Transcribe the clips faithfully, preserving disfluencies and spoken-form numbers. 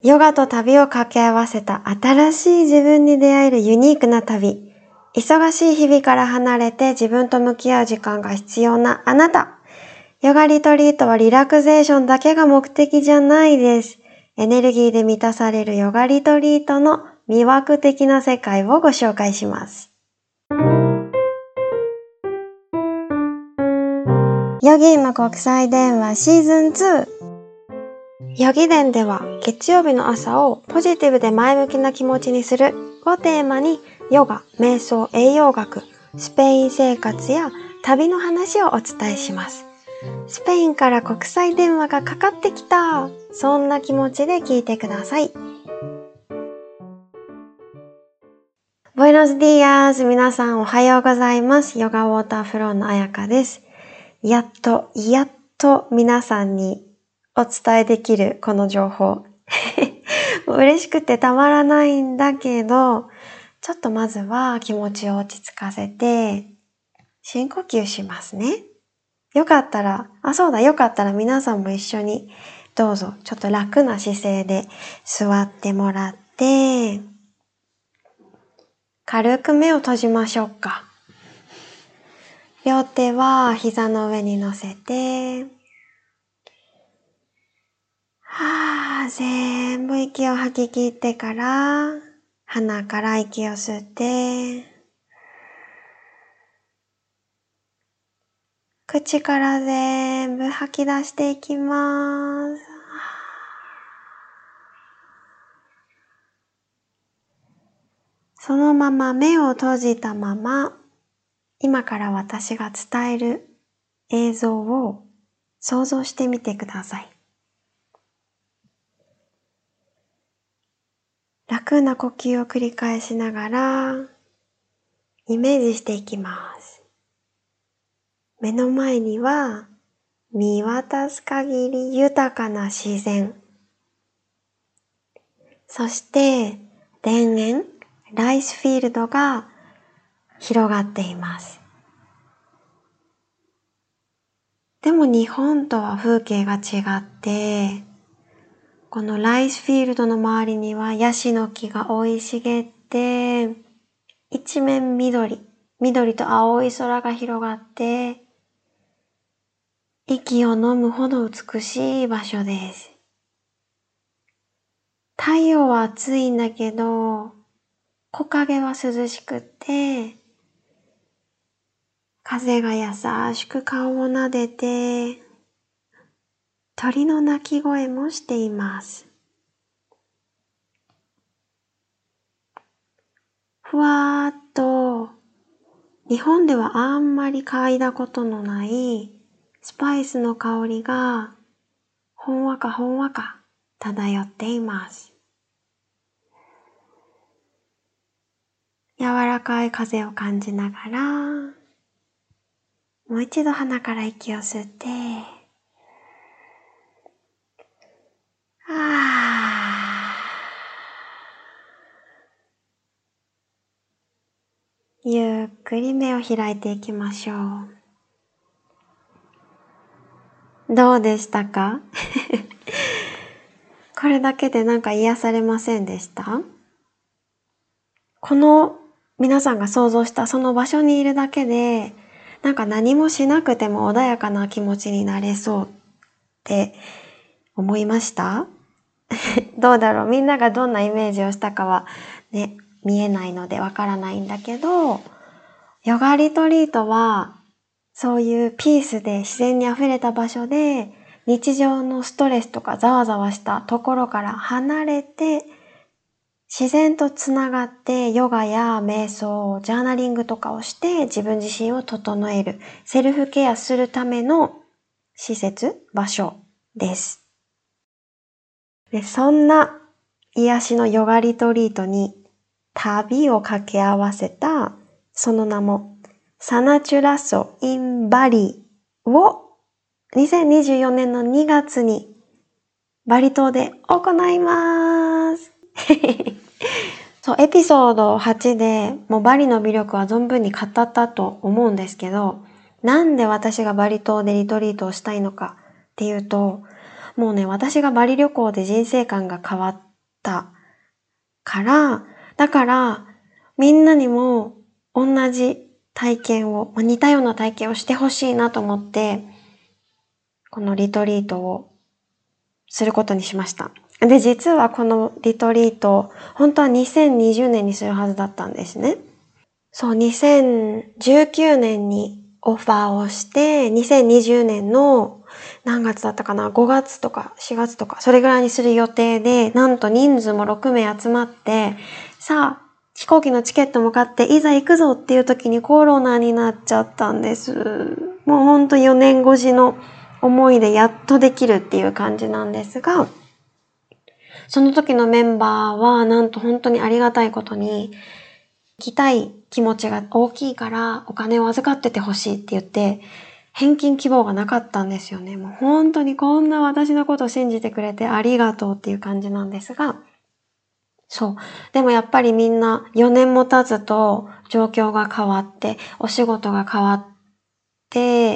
ヨガと旅を掛け合わせた新しい自分に出会えるユニークな旅。忙しい日々から離れて自分と向き合う時間が必要なあなた。ヨガリトリートはリラクゼーションだけが目的じゃないです。エネルギーで満たされるヨガリトリートの魅惑的な世界をご紹介します。ヨギーの国際電話シーズンツー。ヨギ伝では月曜日の朝をポジティブで前向きな気持ちにするをテーマにヨガ、瞑想、栄養学、スペイン生活や旅の話をお伝えします。スペインから国際電話がかかってきた。そんな気持ちで聞いてください。Buenos días。皆さんおはようございます。ヨガウォーターフローのあやかです。やっと、やっと皆さんにお伝えできるこの情報。嬉しくてたまらないんだけど、ちょっとまずは気持ちを落ち着かせて、深呼吸しますね。よかったら、あ、そうだ、よかったら皆さんも一緒にどうぞ、ちょっと楽な姿勢で座ってもらって、軽く目を閉じましょうか。両手は膝の上に乗せて、はぁ、全部息を吐き切ってから、鼻から息を吸って、口から全部吐き出していきます。そのまま目を閉じたまま、今から私が伝える映像を想像してみてください。楽な呼吸を繰り返しながらイメージしていきます。目の前には見渡す限り豊かな自然、そして田園、ライスフィールドが広がっています。でも日本とは風景が違って、このライスフィールドの周りにはヤシの木が生い茂って、一面緑、緑と青い空が広がって、息を飲むほど美しい場所です。太陽は暑いんだけど、木陰は涼しくって、風が優しく顔を撫でて、鳥の鳴き声もしています。ふわーっと、日本ではあんまり嗅いだことのないスパイスの香りがほんわかほんわか漂っています。柔らかい風を感じながら、もう一度鼻から息を吸って、あー、ゆっくり目を開いていきましょう。どうでしたか？これだけでなんか癒されませんでした？この皆さんが想像したその場所にいるだけで、なんか何もしなくても穏やかな気持ちになれそうって思いました？どうだろう、みんながどんなイメージをしたかはね、見えないのでわからないんだけど、ヨガリトリートはそういうピースで自然にあふれた場所で、日常のストレスとかざわざわしたところから離れて、自然とつながってヨガや瞑想、ジャーナリングとかをして自分自身を整える、セルフケアするための施設、場所です。で、そんな癒しのヨガリトリートに旅を掛け合わせた、その名もサナチュラソ・イン・バリをにせんにじゅうよねんのにがつにバリ島で行います。そう、エピソードはちでもうバリの魅力は存分に語ったと思うんですけど、なんで私がバリ島でリトリートをしたいのかっていうと、もうね、私がバリ旅行で人生観が変わったから、だからみんなにも同じ体験を、似たような体験をしてほしいなと思って、このリトリートをすることにしました。で、実はこのリトリート、本当はにせんにじゅうねんにするはずだったんですね。そう、にせんじゅうきゅうねんにオファーをして、にせんにじゅうねんの何月だったかな、ごがつとかしがつとか、それぐらいにする予定で、なんと人数もろくめい集まって、さあ、飛行機のチケットも買って、いざ行くぞっていう時にコロナになっちゃったんです。もうほんとよねんごじの思いでやっとできるっていう感じなんですが、その時のメンバーは、なんと本当にありがたいことに、行きたい気持ちが大きいからお金を預かっててほしいって言って、返金希望がなかったんですよね。もう本当にこんな私のことを信じてくれてありがとうっていう感じなんですが、そう。でもやっぱりみんなよねんも経つと状況が変わって、お仕事が変わって、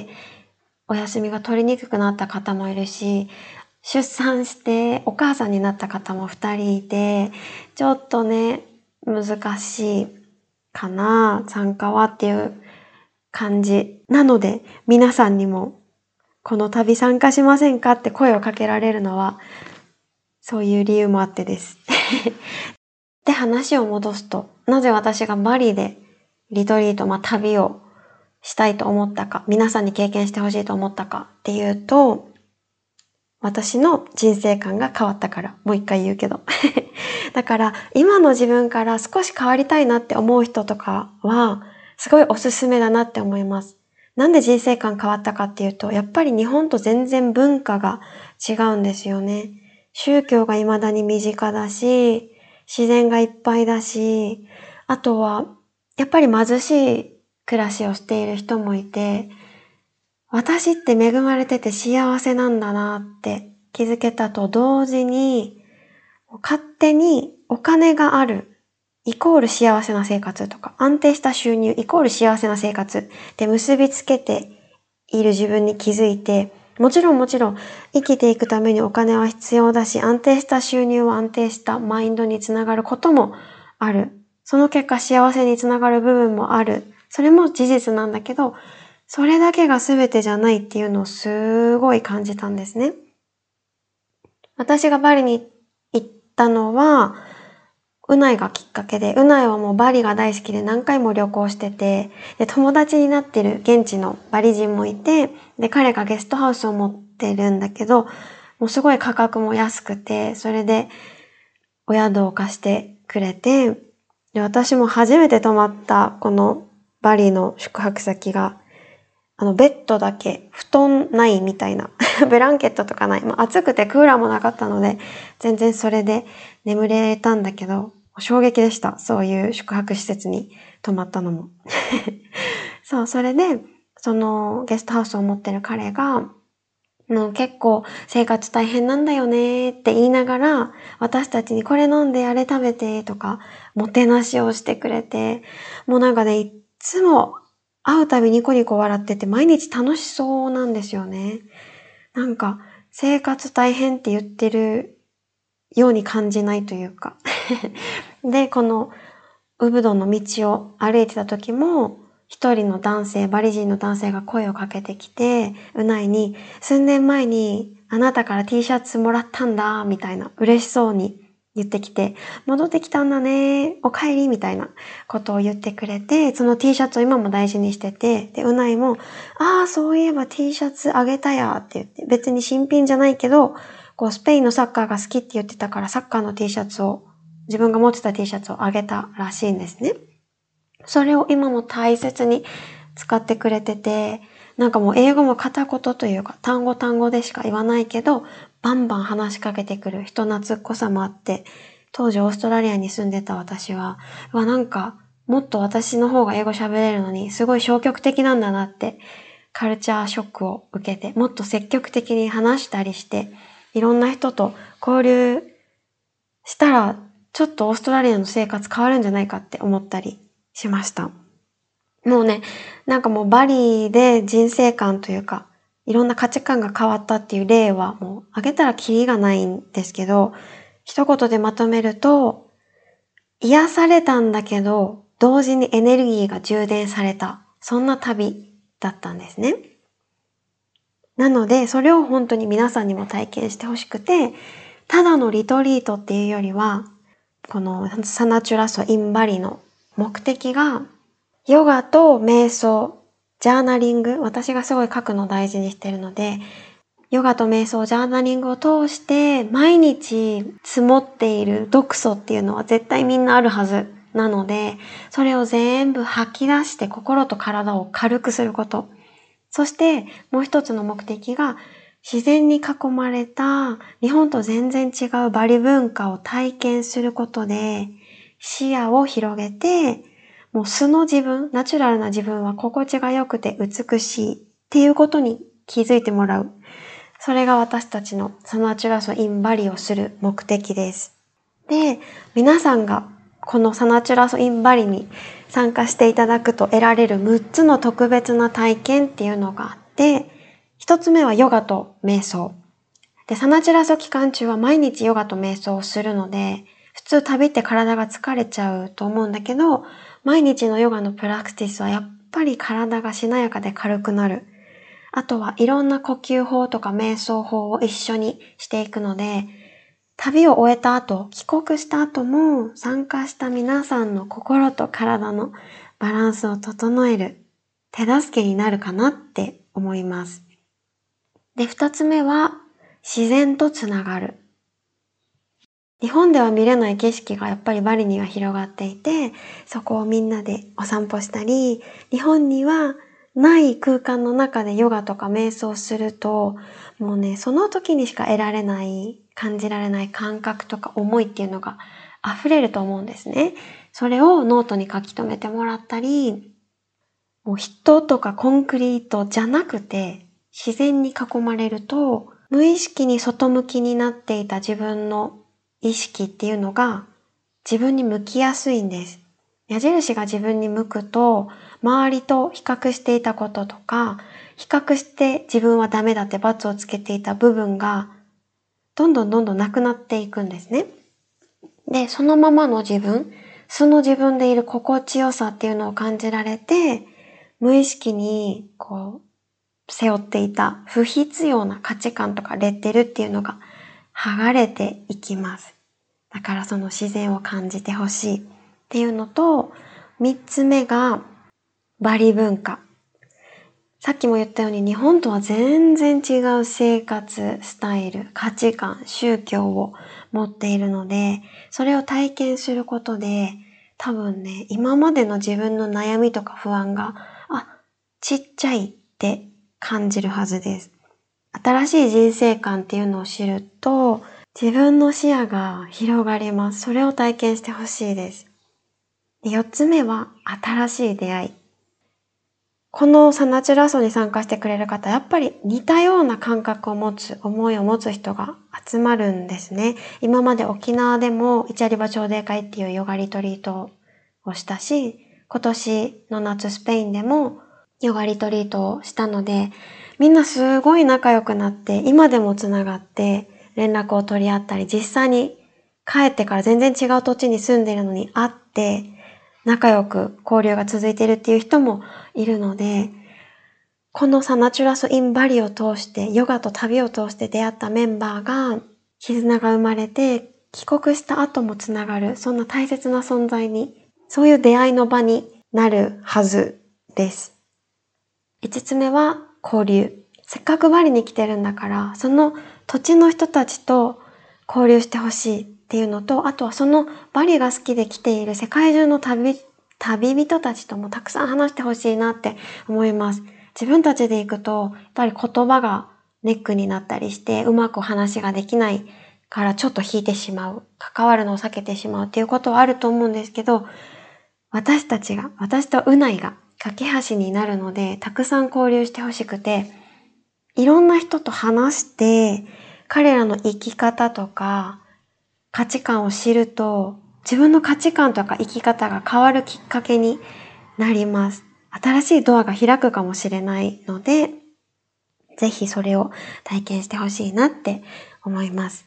お休みが取りにくくなった方もいるし、出産してお母さんになった方もふたりいて、ちょっとね、難しいかな、参加はっていう感じ。なので、皆さんにも、この旅参加しませんかって声をかけられるのは、そういう理由もあってです。で、話を戻すと、なぜ私がバリでリトリート、まあ、旅をしたいと思ったか、皆さんに経験してほしいと思ったかっていうと、私の人生観が変わったから、もう一回言うけど。だから、今の自分から少し変わりたいなって思う人とかは、すごいおすすめだなって思います。なんで人生観変わったかっていうと、やっぱり日本と全然文化が違うんですよね。宗教が未だに身近だし、自然がいっぱいだし、あとは、やっぱり貧しい暮らしをしている人もいて、私って恵まれてて幸せなんだなって気づけたと同時に、勝手にお金があるイコール幸せな生活とか、安定した収入イコール幸せな生活って結びつけている自分に気づいて、もちろんもちろん生きていくためにお金は必要だし、安定した収入は安定したマインドにつながることもある。その結果幸せにつながる部分もある。それも事実なんだけど、それだけが全てじゃないっていうのをすごい感じたんですね。私がバリに行ったのは、うないがきっかけで、うないはもうバリが大好きで何回も旅行してて、で、友達になってる現地のバリ人もいて、で、彼がゲストハウスを持ってるんだけど、もうすごい価格も安くて、それでお宿を貸してくれて、で、私も初めて泊まったこのバリの宿泊先が、あの、ベッドだけ、布団ないみたいな。ブランケットとかない。まあ、暑くてクーラーもなかったので、全然それで眠れたんだけど、衝撃でした。そういう宿泊施設に泊まったのも。そう、それで、そのゲストハウスを持ってる彼が、もう結構生活大変なんだよねって言いながら、私たちにこれ飲んであれ食べてとか、もてなしをしてくれて、もうなんかね、いつも会うたびニコニコ笑ってて毎日楽しそうなんですよね。なんか生活大変って言ってるように感じないというか。で、このウブドの道を歩いてた時も、一人の男性、バリ人の男性が声をかけてきて、うないに、数年前にあなたから T シャツもらったんだ、みたいな、嬉しそうに言ってきて、戻ってきたんだね、お帰り、みたいなことを言ってくれて、その T シャツを今も大事にしてて、で、うないも、ああ、そういえば T シャツあげたや、って言って、別に新品じゃないけど、こう、スペインのサッカーが好きって言ってたから、サッカーの T シャツを、自分が持ってた T シャツをあげたらしいんですね。それを今も大切に使ってくれてて、なんかもう英語も片言というか単語単語でしか言わないけど、バンバン話しかけてくる人懐っこさもあって、当時オーストラリアに住んでた私は、うわなんかもっと私の方が英語喋れるのにすごい消極的なんだなってカルチャーショックを受けて、もっと積極的に話したりして、いろんな人と交流したらちょっとオーストラリアの生活変わるんじゃないかって思ったりしました。もうね、なんかもうバリで人生観というか、いろんな価値観が変わったっていう例はもう挙げたらキリがないんですけど、 一言でまとめると、癒されたんだけど、同時にエネルギーが充電された。そんな旅だったんですね。なので、それを本当に皆さんにも体験してほしくて、ただのリトリートっていうよりは、このサナチュラソインバリの目的が、ヨガと瞑想、ジャーナリング、私がすごい書くのを大事にしてるので、ヨガと瞑想、ジャーナリングを通して、毎日積もっている毒素っていうのは絶対みんなあるはずなので、それを全部吐き出して心と体を軽くすること。そしてもう一つの目的が、自然に囲まれた日本と全然違うバリ文化を体験することで、視野を広げて、もう素の自分、ナチュラルな自分は心地が良くて美しいっていうことに気づいてもらう。それが私たちのサナチュラソインバリをする目的です。で、皆さんがこのサナチュラソインバリに参加していただくと得られるむっつの特別な体験っていうのがあって、一つ目はヨガと瞑想。で、サナチュラソ期間中は毎日ヨガと瞑想をするので、普通旅って体が疲れちゃうと思うんだけど、毎日のヨガのプラクティスはやっぱり体がしなやかで軽くなる。あとはいろんな呼吸法とか瞑想法を一緒にしていくので、旅を終えた後、帰国した後も参加した皆さんの心と体のバランスを整える手助けになるかなって思います。で、二つ目は自然とつながる。日本では見れない景色がやっぱりバリには広がっていて、そこをみんなでお散歩したり、日本にはない空間の中でヨガとか瞑想すると、もうね、その時にしか得られない、感じられない感覚とか思いっていうのが溢れると思うんですね。それをノートに書き留めてもらったり、もう人とかコンクリートじゃなくて、自然に囲まれると、無意識に外向きになっていた自分の意識っていうのが自分に向きやすいんです。矢印が自分に向くと、周りと比較していたこととか、比較して自分はダメだって罰をつけていた部分が、どんどんどんどんなくなっていくんですね。で、そのままの自分、素の自分でいる心地よさっていうのを感じられて、無意識にこう、背負っていた不必要な価値観とかレッテルっていうのが剥がれていきます。だからその自然を感じてほしいっていうのと、三つ目がバリ文化。さっきも言ったように日本とは全然違う生活スタイル、価値観、宗教を持っているので、それを体験することで、多分ね、今までの自分の悩みとか不安が、あ、ちっちゃいって感じるはずです。新しい人生観っていうのを知ると、自分の視野が広がります。それを体験してほしいです。で、四つ目は新しい出会い。このサナチュラソに参加してくれる方、やっぱり似たような感覚を持つ、思いを持つ人が集まるんですね。今まで沖縄でもイチャリバ朝礼会っていうヨガリトリートをしたし、今年の夏スペインでもヨガリトリートをしたので、みんなすごい仲良くなって、今でもつながって連絡を取り合ったり、実際に帰ってから全然違う土地に住んでるのに会って、仲良く交流が続いているっていう人もいるので、このサナチュラソインバリを通して、ヨガと旅を通して出会ったメンバーが、絆が生まれて、帰国した後もつながる、そんな大切な存在に、そういう出会いの場になるはずです。五つ目は交流。せっかくバリに来てるんだから、その土地の人たちと交流してほしいっていうのと、あとはそのバリが好きで来ている世界中の旅、旅人たちともたくさん話してほしいなって思います。自分たちで行くと、やっぱり言葉がネックになったりして、うまく話ができないからちょっと引いてしまう。関わるのを避けてしまうっていうことはあると思うんですけど、私たちが、私とうないが架け橋になるので、たくさん交流してほしくて、いろんな人と話して、彼らの生き方とか価値観を知ると、自分の価値観とか生き方が変わるきっかけになります。新しいドアが開くかもしれないので、ぜひそれを体験してほしいなって思います。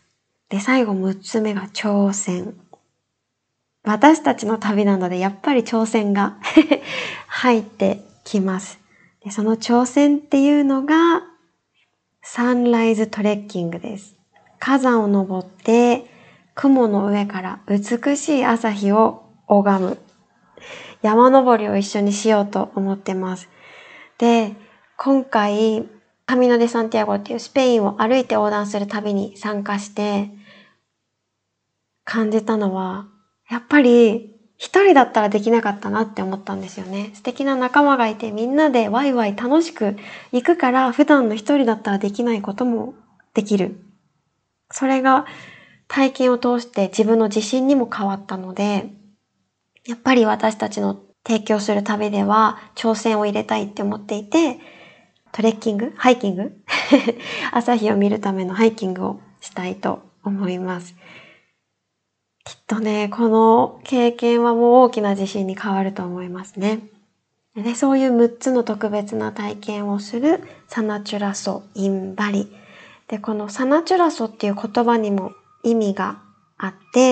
で、最後むっつめが挑戦。私たちの旅なので、やっぱり挑戦が入ってきます。で、その挑戦っていうのが、サンライズトレッキングです。火山を登って、雲の上から美しい朝日を拝む。山登りを一緒にしようと思ってます。で、今回、カミノ・デ・サンティアゴっていうスペインを歩いて横断する旅に参加して感じたのは、やっぱり一人だったらできなかったなって思ったんですよね。素敵な仲間がいてみんなでワイワイ楽しく行くから普段の一人だったらできないこともできる。それが体験を通して自分の自信にも変わったので、やっぱり私たちの提供する旅では挑戦を入れたいって思っていて、トレッキングハイキング朝日を見るためのハイキングをしたいと思います。きっとね、この経験はもう大きな自信に変わると思いますね。で、そういうむっつの特別な体験をするサナチュラソ・イン・バリ。で、このサナチュラソっていう言葉にも意味があって、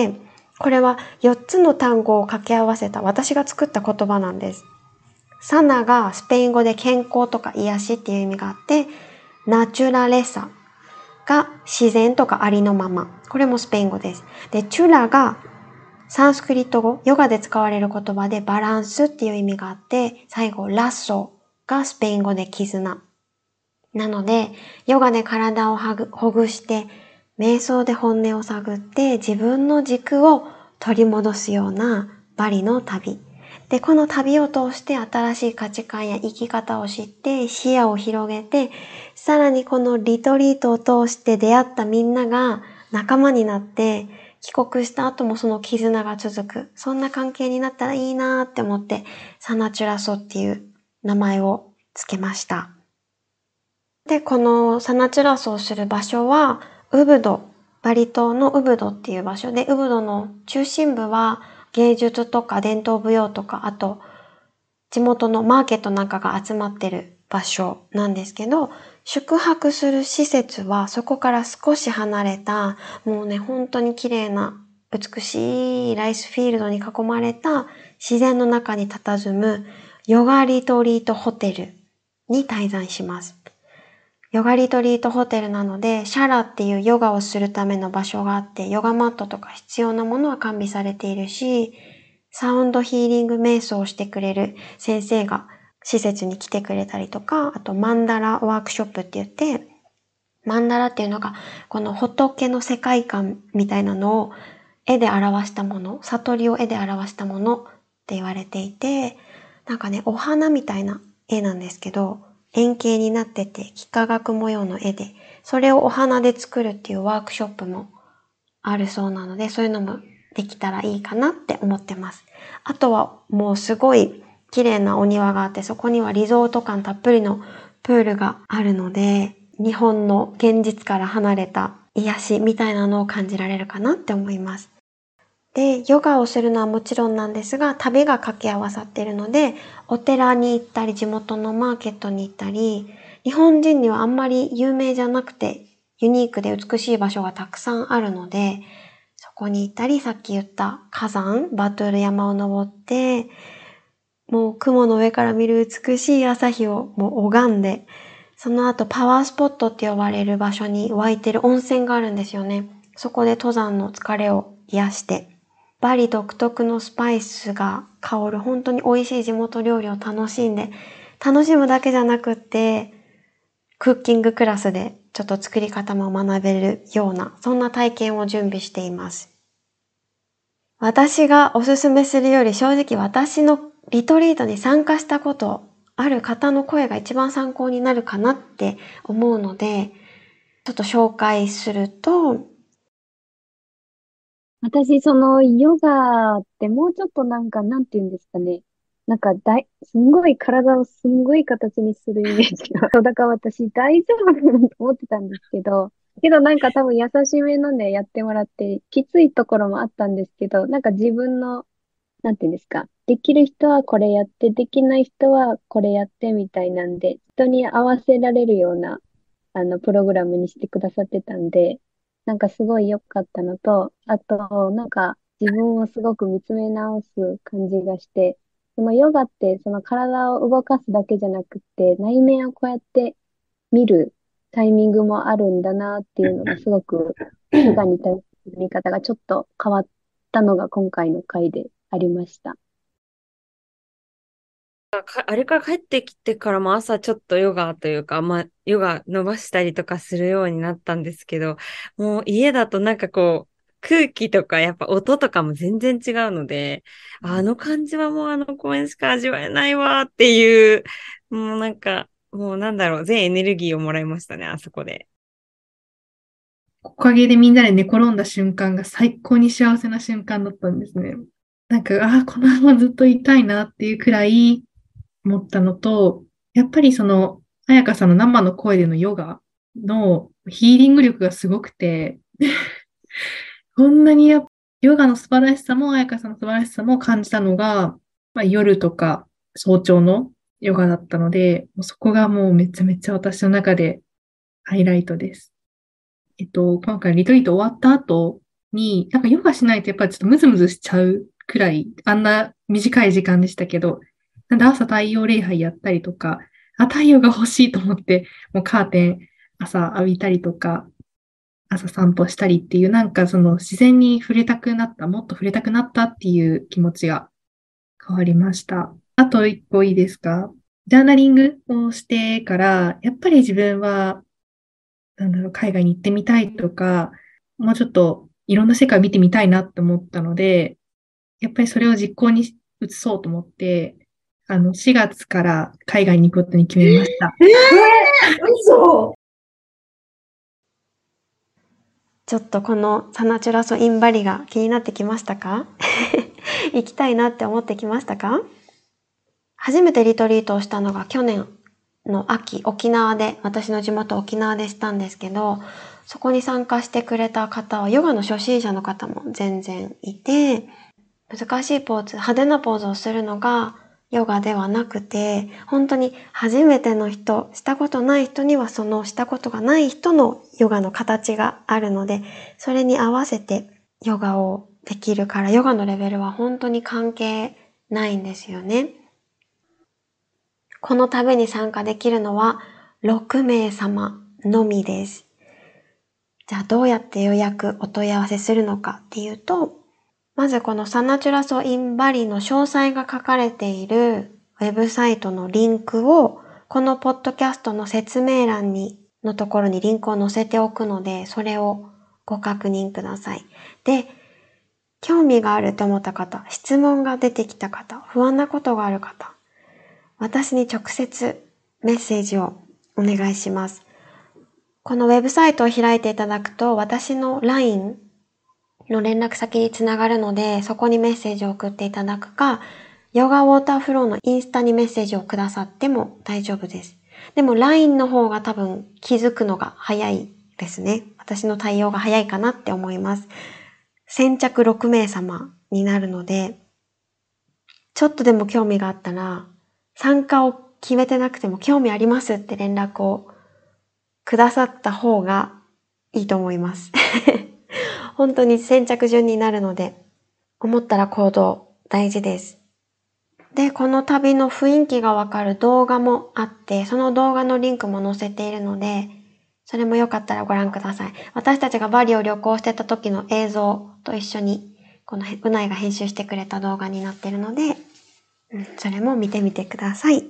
これはよっつの単語を掛け合わせた私が作った言葉なんです。サナがスペイン語で健康とか癒しっていう意味があって、ナチュラレサが自然とかありのまま。これもスペイン語です。で、チュラがサンスクリット語、ヨガで使われる言葉でバランスっていう意味があって、最後ラッソがスペイン語で絆。なので、ヨガで体をほぐして、瞑想で本音を探って自分の軸を取り戻すようなバリの旅。で、この旅を通して新しい価値観や生き方を知って視野を広げて、さらにこのリトリートを通して出会ったみんなが仲間になって帰国した後もその絆が続く。そんな関係になったらいいなーって思ってサナチュラソっていう名前をつけました。で、このサナチュラソをする場所はウブド、バリ島のウブドっていう場所で、ウブドの中心部は芸術とか伝統舞踊とか、あと地元のマーケットなんかが集まってる場所なんですけど、宿泊する施設はそこから少し離れた、もうね、本当に綺麗な美しいライスフィールドに囲まれた自然の中に佇むヨガリトリートホテルに滞在します。ヨガリトリートホテルなので、シャラっていうヨガをするための場所があって、ヨガマットとか必要なものは完備されているし、サウンドヒーリング瞑想をしてくれる先生が施設に来てくれたりとか、あとマンダラワークショップって言って、マンダラっていうのがこの仏の世界観みたいなのを絵で表したもの、悟りを絵で表したものって言われていて、なんかね、お花みたいな絵なんですけど、円形になってて幾何学模様の絵で、それをお花で作るっていうワークショップもあるそうなので、そういうのもできたらいいかなって思ってます。あとはもうすごい綺麗なお庭があって、そこにはリゾート感たっぷりのプールがあるので、日本の現実から離れた癒しみたいなのを感じられるかなって思います。で、ヨガをするのはもちろんなんですが、旅が掛け合わさっているので、お寺に行ったり、地元のマーケットに行ったり、日本人にはあんまり有名じゃなくて、ユニークで美しい場所がたくさんあるので、そこに行ったり、さっき言った火山、バトゥール山を登って、もう雲の上から見る美しい朝日をもう拝んで、その後パワースポットって呼ばれる場所に湧いてる温泉があるんですよね。そこで登山の疲れを癒して、バリ独特のスパイスが香る本当に美味しい地元料理を楽しんで、楽しむだけじゃなくって、クッキングクラスでちょっと作り方も学べるような、そんな体験を準備しています。私がおすすめするより正直私のリトリートに参加したことある方の声が一番参考になるかなって思うので、ちょっと紹介すると、 私、その、ヨガってもうちょっとなんか、なんて言うんですかね。なんか、だい、すんごい体をすんごい形にするイメージが。そうだから私大丈夫かなと思ってたんですけど、けどなんか多分優しめのでやってもらって、きついところもあったんですけど、なんか自分の、なんて言うんですか。できる人はこれやって、できない人はこれやってみたいなんで、人に合わせられるような、あの、プログラムにしてくださってたんで、 なんかすごい良かったのと、あと、なんか自分をすごく見つめ直す感じがして、そのヨガってその体を動かすだけじゃなくって、内面をこうやって見るタイミングもあるんだなっていうのがすごく、ヨガに対する見方がちょっと変わったのが今回の回でありました。 かあれから帰ってきてからも朝ちょっとヨガというか、まあ、ヨガ伸ばしたりとかするようになったんですけど、もう家だとなんかこう、空気とかやっぱ音とかも全然違うので、あの感じはもうあの公園しか味わえないわっていう、もうなんか、もうなんだろう、全エネルギーをもらいましたね、あそこで。 おかげでみんなで寝転んだ瞬間が最高に幸せな瞬間だったんですね。なんか、ああ、このままずっといたいなっていうくらい思ったのと、やっぱりその、彩香さんの生の声でのヨガのヒーリング力がすごくて、こんなにやっヨガの素晴らしさも彩香さんの素晴らしさも感じたのが、まあ、夜とか早朝のヨガだったので、もうそこがもうめちゃめちゃ私の中でハイライトです。えっと、今回リトリート終わった後に、なんかヨガしないとやっぱりちょっとムズムズしちゃうくらい、あんな短い時間でしたけど、なんで朝太陽礼拝やったりとか、あ、太陽が欲しいと思って、もうカーテン朝浴びたりとか、朝散歩したりっていう、なんかその自然に触れたくなった、もっと触れたくなったっていう気持ちが変わりました。あと一個いいですか？ジャーナリングをしてから、やっぱり自分はなんだろう、海外に行ってみたいとか、もうちょっといろんな世界を見てみたいなって思ったので、やっぱりそれを実行に移そうと思って、あの、しがつから海外に行くことに決めました。 えー、嘘。 ちょっとこのサナチュラソインバリが気になってきましたか？行きたいなって思ってきましたか？初めてリトリートをしたのが去年の秋、沖縄で、私の地元沖縄でしたんですけど、そこに参加してくれた方はヨガの初心者の方も全然いて、難しいポーズ、派手なポーズをするのがヨガではなくて、本当に初めての人、したことない人にはそのしたことがない人のヨガの形があるので、それに合わせてヨガをできるから、ヨガのレベルは本当に関係ないんですよね。この旅に参加できるのはろくめいさまのみです。じゃあどうやって予約、お問い合わせするのかっていうと、まずこのサナチュラソインバリの詳細が書かれているウェブサイトのリンクを、このポッドキャストの説明欄にのところにリンクを載せておくので、それをご確認ください。で、興味があると思った方、質問が出てきた方、不安なことがある方、私に直接メッセージをお願いします。このウェブサイトを開いていただくと、私の ライン の連絡先につながるので、そこにメッセージを送っていただくか、ヨガウォーターフローのインスタにメッセージをくださっても大丈夫です。でも ライン の方が多分気づくのが早いですね。私の対応が早いかなって思います。先着ろくめいさまになるので、ちょっとでも興味があったら、参加を決めてなくても興味ありますって連絡をくださった方がいいと思います。本当に先着順になるので、思ったら行動大事です。で、この旅の雰囲気がわかる動画もあって、その動画のリンクも載せているので、それもよかったらご覧ください。私たちがバリを旅行してた時の映像と一緒に、このうないが編集してくれた動画になっているので、うん、それも見てみてください。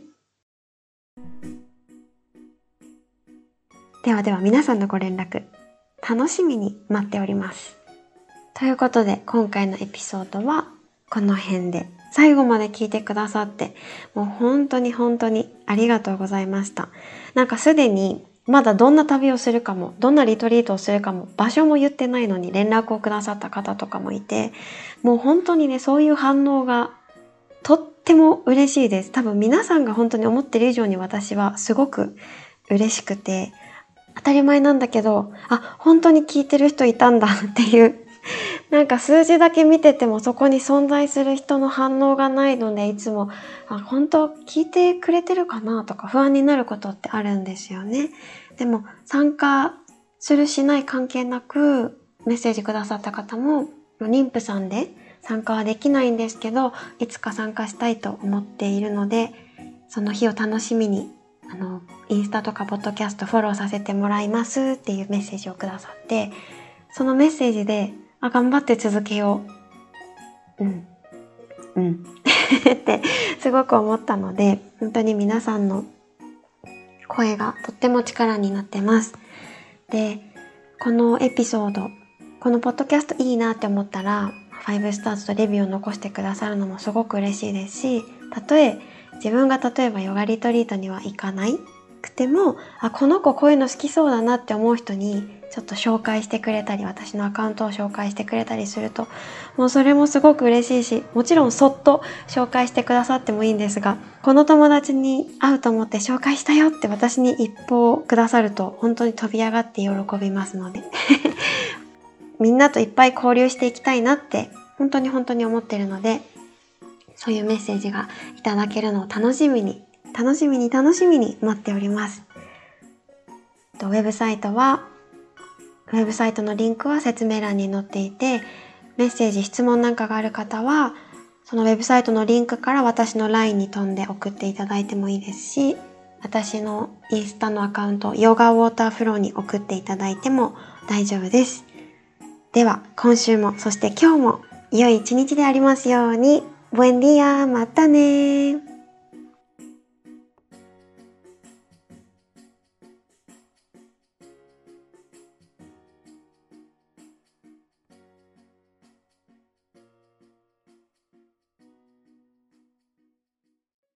ではでは皆さんのご連絡、楽しみに待っております。ということで、今回のエピソードはこの辺で、最後まで聞いてくださって、もう本当に本当にありがとうございました。なんかすでにまだどんな旅をするかも、どんなリトリートをするかも、場所も言ってないのに連絡をくださった方とかもいて、もう本当にね、そういう反応がとっても嬉しいです。多分皆さんが本当に思ってる以上に私はすごく嬉しくて、当たり前なんだけど、あ、本当に聞いてる人いたんだっていう、なんか数字だけ見ててもそこに存在する人の反応がないので、いつも、あ、本当聞いてくれてるかなとか不安になることってあるんですよね。でも参加するしない関係なくメッセージくださった方も、妊婦さんで参加はできないんですけど、いつか参加したいと思っているので、その日を楽しみに、あの、インスタとかポッドキャストフォローさせてもらいますっていうメッセージをくださって、そのメッセージで、あ、頑張って続けよう。うん。うん。ってすごく思ったので、本当に皆さんの声がとっても力になってます。で、このエピソード、このポッドキャストいいなって思ったら、ファイブスターズとレビューを残してくださるのもすごく嬉しいですし、たとえ自分が例えばヨガリトリートには行かないくても、あ、この子こういうの好きそうだなって思う人にちょっと紹介してくれたり、私のアカウントを紹介してくれたりすると、もうそれもすごく嬉しいし、もちろんそっと紹介してくださってもいいんですが、この友達に会うと思って紹介したよって私に一報くださると本当に飛び上がって喜びますのでみんなといっぱい交流していきたいなって本当に本当に思ってるので、そういうメッセージがいただけるのを楽しみに楽しみに楽しみに待っております。ウェブサイトはウェブサイトのリンクは説明欄に載っていて、メッセージ質問なんかがある方はそのウェブサイトのリンクから私の ライン に飛んで送っていただいてもいいですし、私のインスタのアカウントヨガウォーターフローに送っていただいても大丈夫です。では今週もそして今日も良い一日でありますように。ブエンディア、またね。